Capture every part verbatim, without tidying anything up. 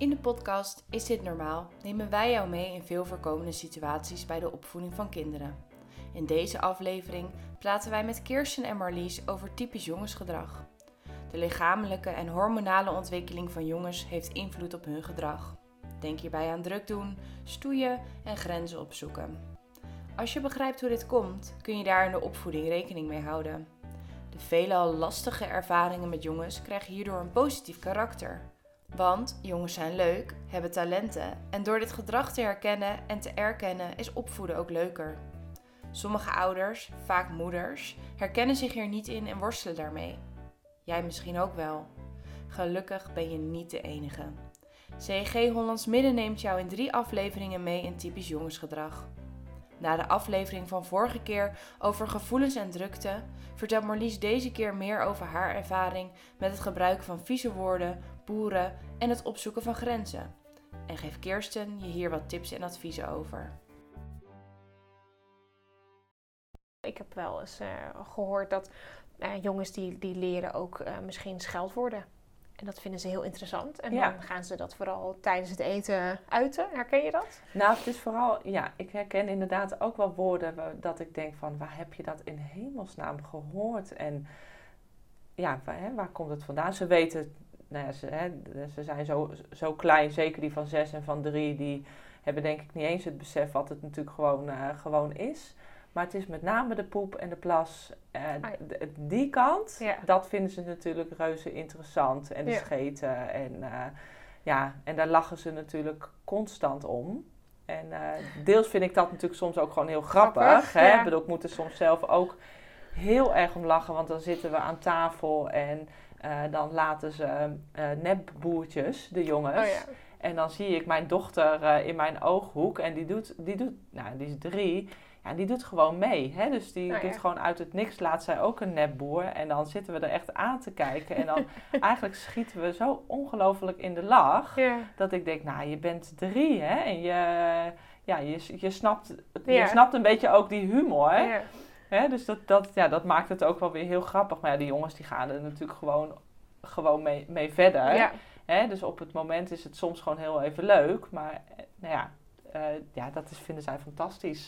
In de podcast Is dit normaal? Nemen wij jou mee in veel voorkomende situaties bij de opvoeding van kinderen. In deze aflevering praten wij met Kirsten en Marlies over typisch jongensgedrag. De lichamelijke en hormonale ontwikkeling van jongens heeft invloed op hun gedrag. Denk hierbij aan druk doen, stoeien en grenzen opzoeken. Als je begrijpt hoe dit komt, kun je daar in de opvoeding rekening mee houden. De veelal lastige ervaringen met jongens krijgen hierdoor een positief karakter. Want jongens zijn leuk, hebben talenten en door dit gedrag te herkennen en te erkennen is opvoeden ook leuker. Sommige ouders, vaak moeders, herkennen zich hier niet in en worstelen daarmee. Jij misschien ook wel. Gelukkig ben je niet de enige. C E G Hollands Midden neemt jou in drie afleveringen mee in typisch jongensgedrag. Na de aflevering van vorige keer over gevoelens en drukte, vertelt Marlies deze keer meer over haar ervaring met het gebruiken van vieze woorden, boeren en het opzoeken van grenzen. En geeft Kirsten je hier wat tips en adviezen over. Ik heb wel eens uh, gehoord dat uh, jongens die, die leren ook uh, misschien scheldwoorden. En dat vinden ze heel interessant. En ja. dan gaan ze dat vooral tijdens het eten uiten. Herken je dat? Nou, het is vooral, ja, ik herken inderdaad ook wel woorden dat ik denk van, waar heb je dat in hemelsnaam gehoord? En ja, waar, hè, waar komt het vandaan? Ze weten, nou ja, ze, hè, ze zijn zo, zo klein, zeker die van zes en van drie, die hebben denk ik niet eens het besef wat het natuurlijk gewoon, uh, gewoon is. Maar het is met name de poep en de plas, uh, d- die kant, ja. dat vinden ze natuurlijk reuze interessant. En de ja. scheten. En, uh, ja, en daar lachen ze natuurlijk constant om. En uh, deels vind ik dat natuurlijk soms ook gewoon heel grappig. grappig hè? Ja. Ik bedoel, ik moet er soms zelf ook heel erg om lachen. Want dan zitten we aan tafel en uh, dan laten ze uh, nepboertjes, de jongens. Oh ja. En dan zie ik mijn dochter uh, in mijn ooghoek en die doet, die doet, nou die is drie... Ja, die doet gewoon mee. Hè? Dus die oh, ja. doet gewoon uit het niks, laat zij ook een nepboer. En dan zitten we er echt aan te kijken. En dan eigenlijk schieten we zo ongelooflijk in de lach. Ja. Dat ik denk, nou, je bent drie, hè. En je, ja, je, je, snapt, ja. je snapt een beetje ook die humor. Ja. Hè? Dus dat, dat, ja, dat maakt het ook wel weer heel grappig. Maar ja, die jongens die gaan er natuurlijk gewoon, gewoon mee, mee verder. Ja. Hè? Dus op het moment is het soms gewoon heel even leuk. Maar nou ja, uh, ja dat is, vinden zij fantastisch.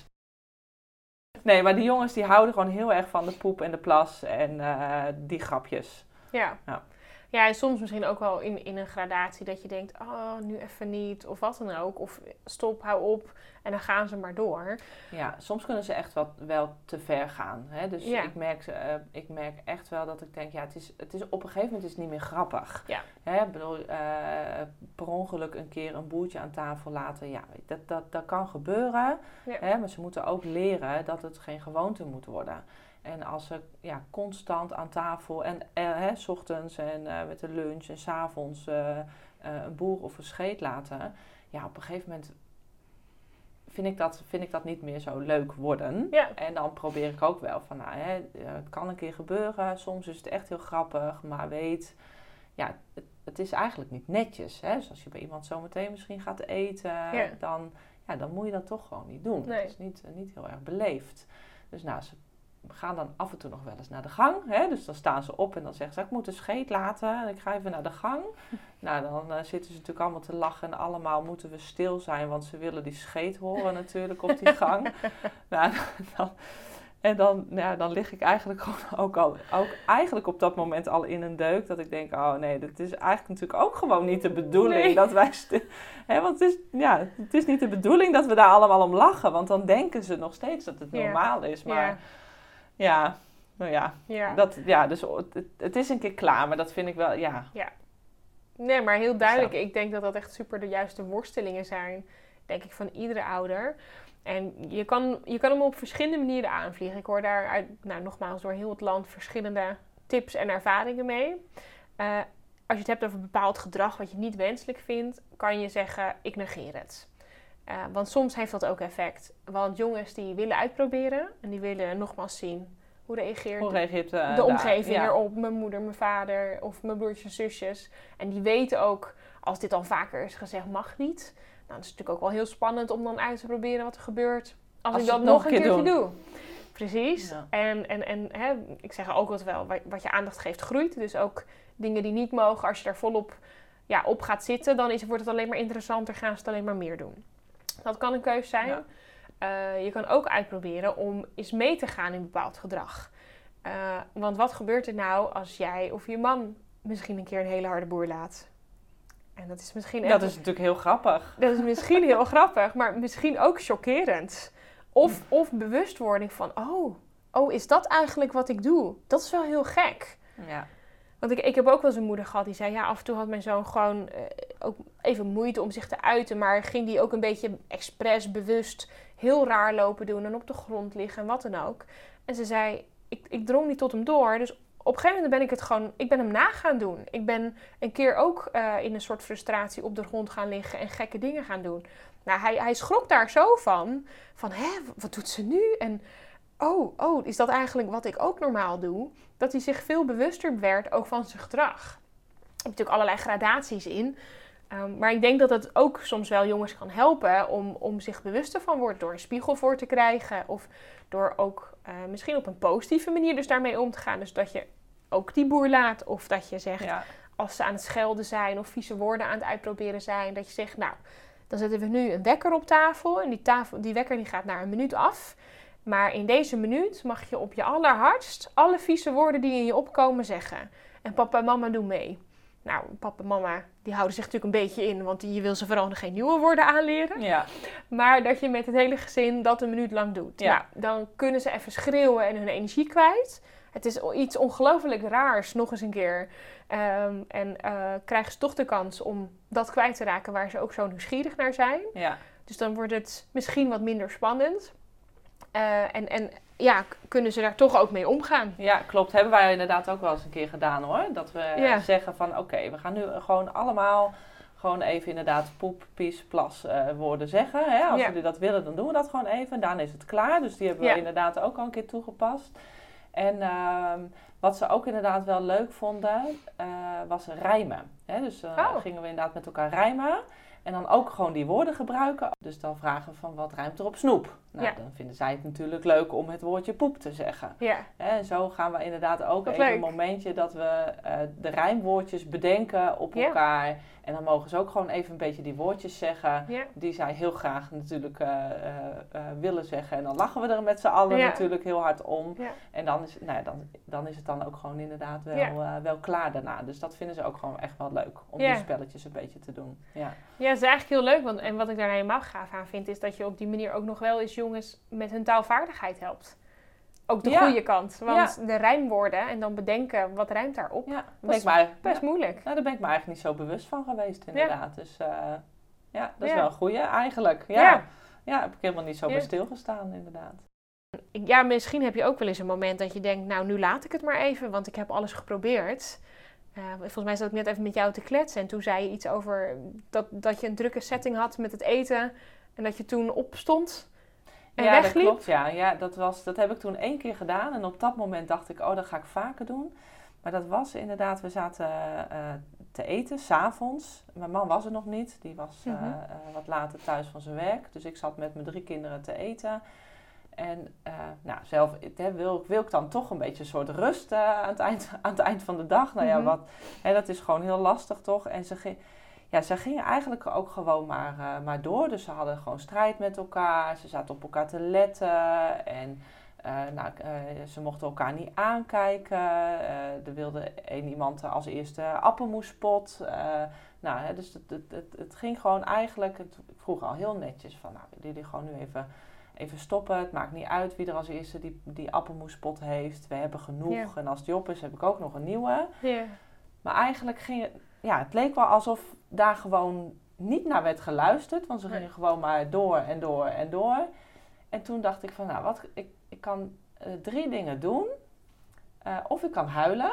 Nee, maar die jongens die houden gewoon heel erg van de poep en de plas en uh, die grapjes. Ja. ja. Ja, en soms misschien ook wel in, in een gradatie dat je denkt, oh, nu even niet, of wat dan ook. Of stop, hou op, en dan gaan ze maar door. Ja, soms kunnen ze echt wat, wel te ver gaan. Hè? Dus ja. ik, merk, uh, ik merk echt wel dat ik denk, ja, het is, het is op een gegeven moment is het niet meer grappig. Ja. Hè? Ik bedoel, uh, per ongeluk een keer een boertje aan tafel laten, ja, dat, dat, dat kan gebeuren. Ja. Hè? Maar ze moeten ook leren dat het geen gewoonte moet worden. En als ze ja, constant aan tafel, en uh, hè, 's ochtends en uh, met de lunch en 's avonds uh, uh, een boer of een scheet laten. Ja, op een gegeven moment vind ik dat, vind ik dat niet meer zo leuk worden. Ja. En dan probeer ik ook wel van, nou, hè, het kan een keer gebeuren. Soms is het echt heel grappig, maar weet, ja, het, het is eigenlijk niet netjes. Hè? Dus als je bij iemand zometeen misschien gaat eten, ja. Dan, ja, dan moet je dat toch gewoon niet doen. Nee. Het is niet, uh, niet heel erg beleefd. Dus nou, ze gaan dan af en toe nog wel eens naar de gang. Hè? Dus dan staan ze op en dan zeggen ze, ik moet een scheet laten. En ik ga even naar de gang. Nou, dan uh, zitten ze natuurlijk allemaal te lachen. En allemaal moeten we stil zijn. Want ze willen die scheet horen natuurlijk op die gang. Nou, dan, en dan, nou ja, dan lig ik eigenlijk gewoon ook, al, ook eigenlijk op dat moment al in een deuk. Dat ik denk, oh nee, dat is eigenlijk natuurlijk ook gewoon niet de bedoeling. Nee. Dat wij sti- Hè, want het is, ja, het is niet de bedoeling dat we daar allemaal om lachen. Want dan denken ze nog steeds dat het normaal is. Maar ja. Ja, nou ja, ja. Dat, ja dus het, het is een keer klaar, maar dat vind ik wel, ja. ja. Nee, maar heel duidelijk. Zo. Ik denk dat dat echt super de juiste worstelingen zijn, denk ik, van iedere ouder. En je kan, je kan hem op verschillende manieren aanvliegen. Ik hoor daar, uit, nou nogmaals, door heel het land verschillende tips en ervaringen mee. Uh, als je het hebt over bepaald gedrag wat je niet wenselijk vindt, kan je zeggen, ik negeer het. Uh, want soms heeft dat ook effect. Want jongens die willen uitproberen en die willen nogmaals zien hoe reageert, hoe reageert de, uh, de omgeving ja. erop. Mijn moeder, mijn vader of mijn broertjes en zusjes. En die weten ook, als dit al vaker is gezegd, mag niet. Nou, dat is natuurlijk ook wel heel spannend om dan uit te proberen wat er gebeurt als, als ik dat nog een keertje doen. doe. Precies. Ja. En, en, en hè, ik zeg ook altijd wel, wat je aandacht geeft groeit. Dus ook dingen die niet mogen, als je daar volop ja, op gaat zitten, dan is, wordt het alleen maar interessanter, gaan ze het alleen maar meer doen. Dat kan een keus zijn. Ja. Uh, je kan ook uitproberen om eens mee te gaan in bepaald gedrag. Uh, want wat gebeurt er nou als jij of je man misschien een keer een hele harde boer laat? En dat is misschien echt... Dat is natuurlijk heel grappig. Dat is misschien heel grappig, maar misschien ook chockerend. Of, of bewustwording van, oh, oh, is dat eigenlijk wat ik doe? Dat is wel heel gek. Ja. Want ik, ik heb ook wel eens een moeder gehad die zei, ja, af en toe had mijn zoon gewoon uh, ook even moeite om zich te uiten. Maar ging die ook een beetje expres, bewust, heel raar lopen doen en op de grond liggen en wat dan ook. En ze zei, ik, ik drong niet tot hem door, dus op een gegeven moment ben ik het gewoon, ik ben hem na gaan doen. Ik ben een keer ook uh, in een soort frustratie op de grond gaan liggen en gekke dingen gaan doen. Nou, hij, hij schrok daar zo van, van, hè, wat doet ze nu? En, oh, oh, is dat eigenlijk wat ik ook normaal doe? Dat hij zich veel bewuster werd ook van zijn gedrag. Er zitten natuurlijk allerlei gradaties in. Um, maar ik denk dat het ook soms wel jongens kan helpen om, om zich bewuster van worden door een spiegel voor te krijgen. Of door ook uh, misschien op een positieve manier dus daarmee om te gaan. Dus dat je ook die boer laat. Of dat je zegt, ja. als ze aan het schelden zijn of vieze woorden aan het uitproberen zijn. Dat je zegt, nou, dan zetten we nu een wekker op tafel. En die, tafel, die wekker die gaat na een minuut af. Maar in deze minuut mag je op je allerhardst alle vieze woorden die in je opkomen zeggen. En papa en mama doen mee. Nou, papa en mama die houden zich natuurlijk een beetje in, want je wil ze vooral nog geen nieuwe woorden aanleren. Ja. Maar dat je met het hele gezin dat een minuut lang doet. Ja. Nou, dan kunnen ze even schreeuwen en hun energie kwijt. Het is iets ongelooflijk raars, nog eens een keer. Um, en uh, krijgen ze toch de kans om dat kwijt te raken waar ze ook zo nieuwsgierig naar zijn. Ja. Dus dan wordt het misschien wat minder spannend. Uh, en, en ja, kunnen ze daar toch ook mee omgaan. Ja, klopt. Hebben wij inderdaad ook wel eens een keer gedaan hoor. Dat we ja. zeggen van oké, okay, we gaan nu gewoon allemaal gewoon even inderdaad poep, pies, plas uh, woorden zeggen. Hè? Als ja. we dat willen, dan doen we dat gewoon even. En daarna is het klaar. Dus die hebben ja. we inderdaad ook al een keer toegepast. En uh, wat ze ook inderdaad wel leuk vonden, uh, was rijmen. Hè? Dus uh, oh. gingen we inderdaad met elkaar rijmen. En dan ook gewoon die woorden gebruiken. Dus dan vragen we van wat rijmt er op snoep? Nou, ja. dan vinden zij het natuurlijk leuk om het woordje poep te zeggen. Ja. En zo gaan we inderdaad ook Wat even leuk. een momentje dat we uh, de rijmwoordjes bedenken op ja. elkaar. En dan mogen ze ook gewoon even een beetje die woordjes zeggen. Ja. Die zij heel graag natuurlijk uh, uh, uh, willen zeggen. En dan lachen we er met z'n allen ja. natuurlijk heel hard om. Ja. En dan is, nou ja, dan, dan is het dan ook gewoon inderdaad wel, ja. uh, wel klaar daarna. Dus dat vinden ze ook gewoon echt wel leuk. Om ja. die spelletjes een beetje te doen. Ja, ja, het is eigenlijk heel leuk. Want, en wat ik daar helemaal gaaf aan vind, is dat je op die manier ook nog wel eens jongens met hun taalvaardigheid helpt. Ook de ja. goede kant. Want ja. de rijmwoorden en dan bedenken wat rijmt daarop. Ja, dat is maar, best ja. moeilijk. Nou, daar ben ik me eigenlijk niet zo bewust van geweest inderdaad. Ja. Dus uh, ja, dat is ja. wel een goeie eigenlijk. Ja. Ja. ja, heb ik helemaal niet zo ja. bij stilgestaan inderdaad. Ja, misschien heb je ook wel eens een moment dat je denkt, nou nu laat ik het maar even, want ik heb alles geprobeerd. Uh, volgens mij zat ik net even met jou te kletsen en toen zei je iets over dat, dat je een drukke setting had met het eten en dat je toen opstond en ja, wegliep. dat klopt. Ja, ja dat, was, dat heb ik toen één keer gedaan en op dat moment dacht ik, oh, dat ga ik vaker doen. Maar dat was inderdaad, we zaten uh, te eten, 's avonds. Mijn man was er nog niet, die was uh, mm-hmm. uh, wat later thuis van zijn werk. Dus ik zat met mijn drie kinderen te eten. En uh, nou, zelf he, wil, wil ik dan toch een beetje een soort rust uh, aan, het eind, aan het eind van de dag. Nou ja, mm-hmm. wat, he, dat is gewoon heel lastig toch. En ze, ging, ja, ze gingen eigenlijk ook gewoon maar, uh, maar door. Dus ze hadden gewoon strijd met elkaar. Ze zaten op elkaar te letten. En uh, nou, uh, ze mochten elkaar niet aankijken. Uh, er wilde één iemand als eerste appelmoespot. Uh, nou, he, dus het, het, het, het ging gewoon eigenlijk... Het, ik vroeg al heel netjes van, nou, willen jullie gewoon nu even... Even stoppen, het maakt niet uit wie er als eerste die, die appelmoespot heeft. We hebben genoeg ja. en als die op is heb ik ook nog een nieuwe. Ja. Maar eigenlijk ging het, ja, het leek wel alsof daar gewoon niet naar werd geluisterd. Want ze gingen nee. gewoon maar door en door en door. En toen dacht ik van, nou, wat, ik, ik kan uh, drie dingen doen. Uh, of ik kan huilen.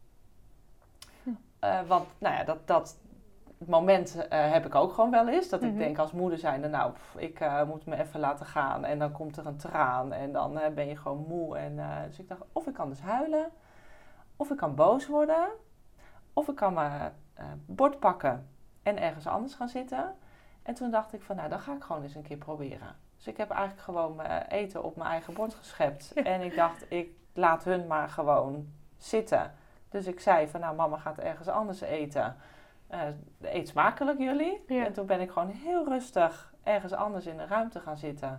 Hm. Uh, want, nou ja, dat... dat Het moment uh, heb ik ook gewoon wel eens. Dat mm-hmm. ik denk als moeder zijnde, nou, pff, ik uh, moet me even laten gaan. En dan komt er een traan. En dan uh, ben je gewoon moe. En, uh, dus ik dacht, of ik kan dus huilen. Of ik kan boos worden. Of ik kan mijn uh, bord pakken en ergens anders gaan zitten. En toen dacht ik van, nou, dan ga ik gewoon eens een keer proberen. Dus ik heb eigenlijk gewoon mijn eten op mijn eigen bord geschept. Ja. En ik dacht, ik laat hun maar gewoon zitten. Dus ik zei van, nou, mama gaat ergens anders eten. uh, eet smakelijk jullie. Ja. En toen ben ik gewoon heel rustig ergens anders in de ruimte gaan zitten.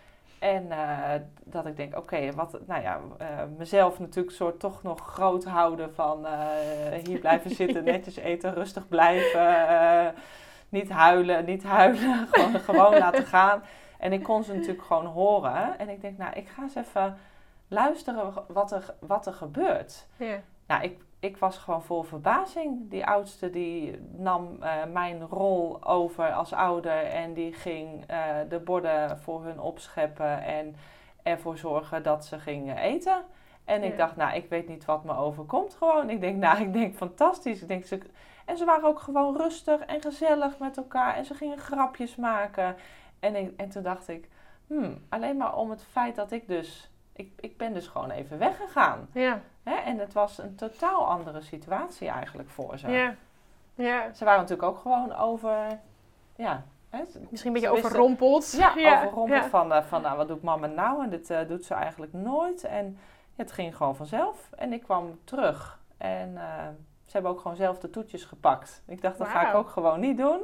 En uh, dat ik denk, oké, okay, wat, nou ja, uh, mezelf natuurlijk soort toch nog groot houden van uh, hier blijven zitten, netjes eten, rustig blijven, uh, niet huilen, niet huilen, gewoon, gewoon laten gaan. En ik kon ze natuurlijk gewoon horen. En ik denk, nou, ik ga eens even luisteren wat er, wat er gebeurt. Ja. Nou, ik, ik was gewoon vol verbazing. Die oudste die nam uh, mijn rol over als ouder en die ging uh, de borden voor hun opscheppen en ervoor zorgen dat ze gingen eten. En ik ja. dacht, nou, ik weet niet wat me overkomt gewoon. Ik denk, nou, ik denk fantastisch. Ik denk, ze... En ze waren ook gewoon rustig en gezellig met elkaar en ze gingen grapjes maken. En, ik, en toen dacht ik, hmm, alleen maar om het feit dat ik dus... Ik, ik ben dus gewoon even weggegaan. Ja. Hè? En het was een totaal andere situatie eigenlijk voor ze. Ja. Ja. Ze waren natuurlijk ook gewoon over... Ja, hè? Misschien een beetje overrompeld. Ja, ja. overrompeld ja. van, uh, van nou, wat doet mama nou? En dit uh, doet ze eigenlijk nooit. En ja, het ging gewoon vanzelf. En ik kwam terug. En uh, ze hebben ook gewoon zelf de toetjes gepakt. Ik dacht, dat Wauw. ga ik ook gewoon niet doen.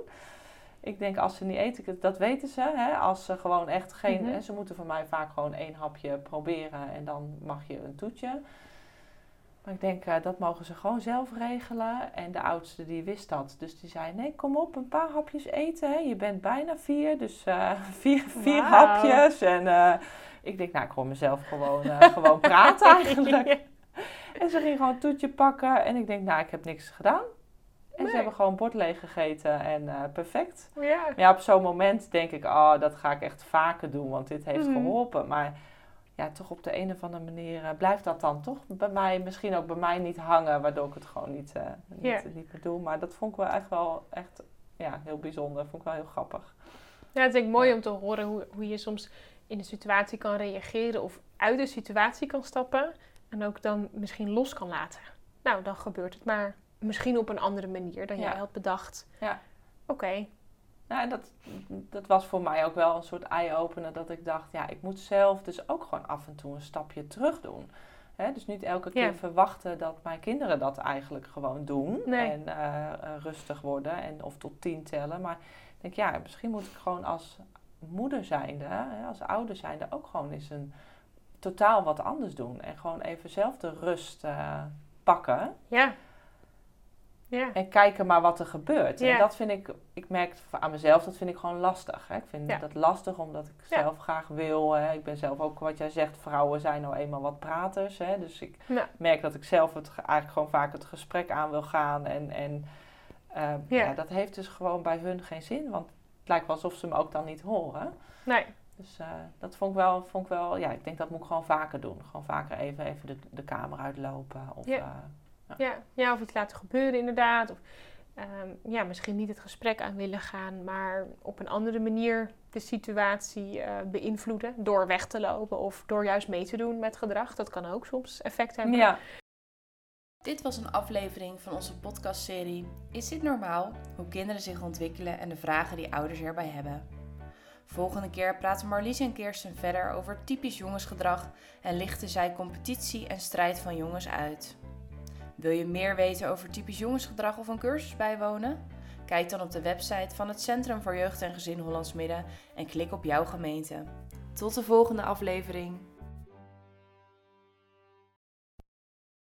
Ik denk, als ze niet eten, dat weten ze. Hè? Als ze gewoon echt geen... Mm-hmm. Hè, ze moeten van mij vaak gewoon één hapje proberen en dan mag je een toetje. Maar ik denk, uh, dat mogen ze gewoon zelf regelen. En de oudste die wist dat. Dus die zei, nee, kom op, een paar hapjes eten. Hè? Je bent bijna vier, dus uh, vier, vier Wow. hapjes. En uh, ik denk, nou, ik hoor mezelf gewoon, uh, gewoon praten eigenlijk. Ja. En ze ging gewoon een toetje pakken. En ik denk, nou, ik heb niks gedaan. En nee. ze hebben gewoon bord leeg gegeten en uh, perfect. Ja. Maar ja, op zo'n moment denk ik, oh, dat ga ik echt vaker doen, want dit heeft Mm-hmm. geholpen. Maar ja, toch op de een of andere manier uh, blijft dat dan toch bij mij, misschien ook bij mij niet hangen, waardoor ik het gewoon niet, uh, niet, Ja. niet meer doe. Maar dat vond ik wel echt wel echt, ja, heel bijzonder. Vond ik wel heel grappig. Ja, het is denk ik mooi om te horen hoe, hoe je soms in een situatie kan reageren of uit de situatie kan stappen en ook dan misschien los kan laten. Nou, dan gebeurt het maar. Misschien op een andere manier dan Ja. jij had bedacht. Ja. Oké. Okay. Nou, dat, dat was voor mij ook wel een soort eye-opener dat ik dacht, ja, ik moet zelf dus ook gewoon af en toe een stapje terug doen. Hè? Dus niet elke keer Ja. verwachten dat mijn kinderen dat eigenlijk gewoon doen. Nee. En uh, uh, rustig worden en of tot tien tellen. Maar ik denk, ja, misschien moet ik gewoon als moeder zijnde, hè, als ouder zijnde ook gewoon eens een totaal wat anders doen. En gewoon even zelf de rust uh, pakken. Ja. Ja. En kijken maar wat er gebeurt. Ja. En dat vind ik, ik merk aan mezelf, dat vind ik gewoon lastig. Hè? Ik vind Ja. dat lastig omdat ik Ja. zelf graag wil. Hè? Ik ben zelf ook, wat jij zegt, vrouwen zijn nou eenmaal wat praters. Hè? Dus ik Ja. merk dat ik zelf het, eigenlijk gewoon vaak het gesprek aan wil gaan. En, en uh, ja. ja, dat heeft dus gewoon bij hun geen zin. Want het lijkt wel alsof ze me ook dan niet horen. Nee. Dus uh, dat vond ik wel, vond ik wel, ja, ik denk dat moet ik gewoon vaker doen. Gewoon vaker even, even de, de kamer uitlopen. Of, Ja. Uh, Ja, ja, of iets laten gebeuren inderdaad. Of um, ja, misschien niet het gesprek aan willen gaan, maar op een andere manier de situatie uh, beïnvloeden. Door weg te lopen of door juist mee te doen met gedrag. Dat kan ook soms effect hebben. ja. Dit was een aflevering van onze podcastserie Is dit normaal? Hoe kinderen zich ontwikkelen en de vragen die ouders erbij hebben. Volgende keer praten Marlies en Kirsten verder over typisch jongensgedrag en lichten zij competitie en strijd van jongens uit. Wil je meer weten over typisch jongensgedrag of een cursus bijwonen? Kijk dan op de website van het Centrum voor Jeugd en Gezin Hollands Midden en klik op jouw gemeente. Tot de volgende aflevering!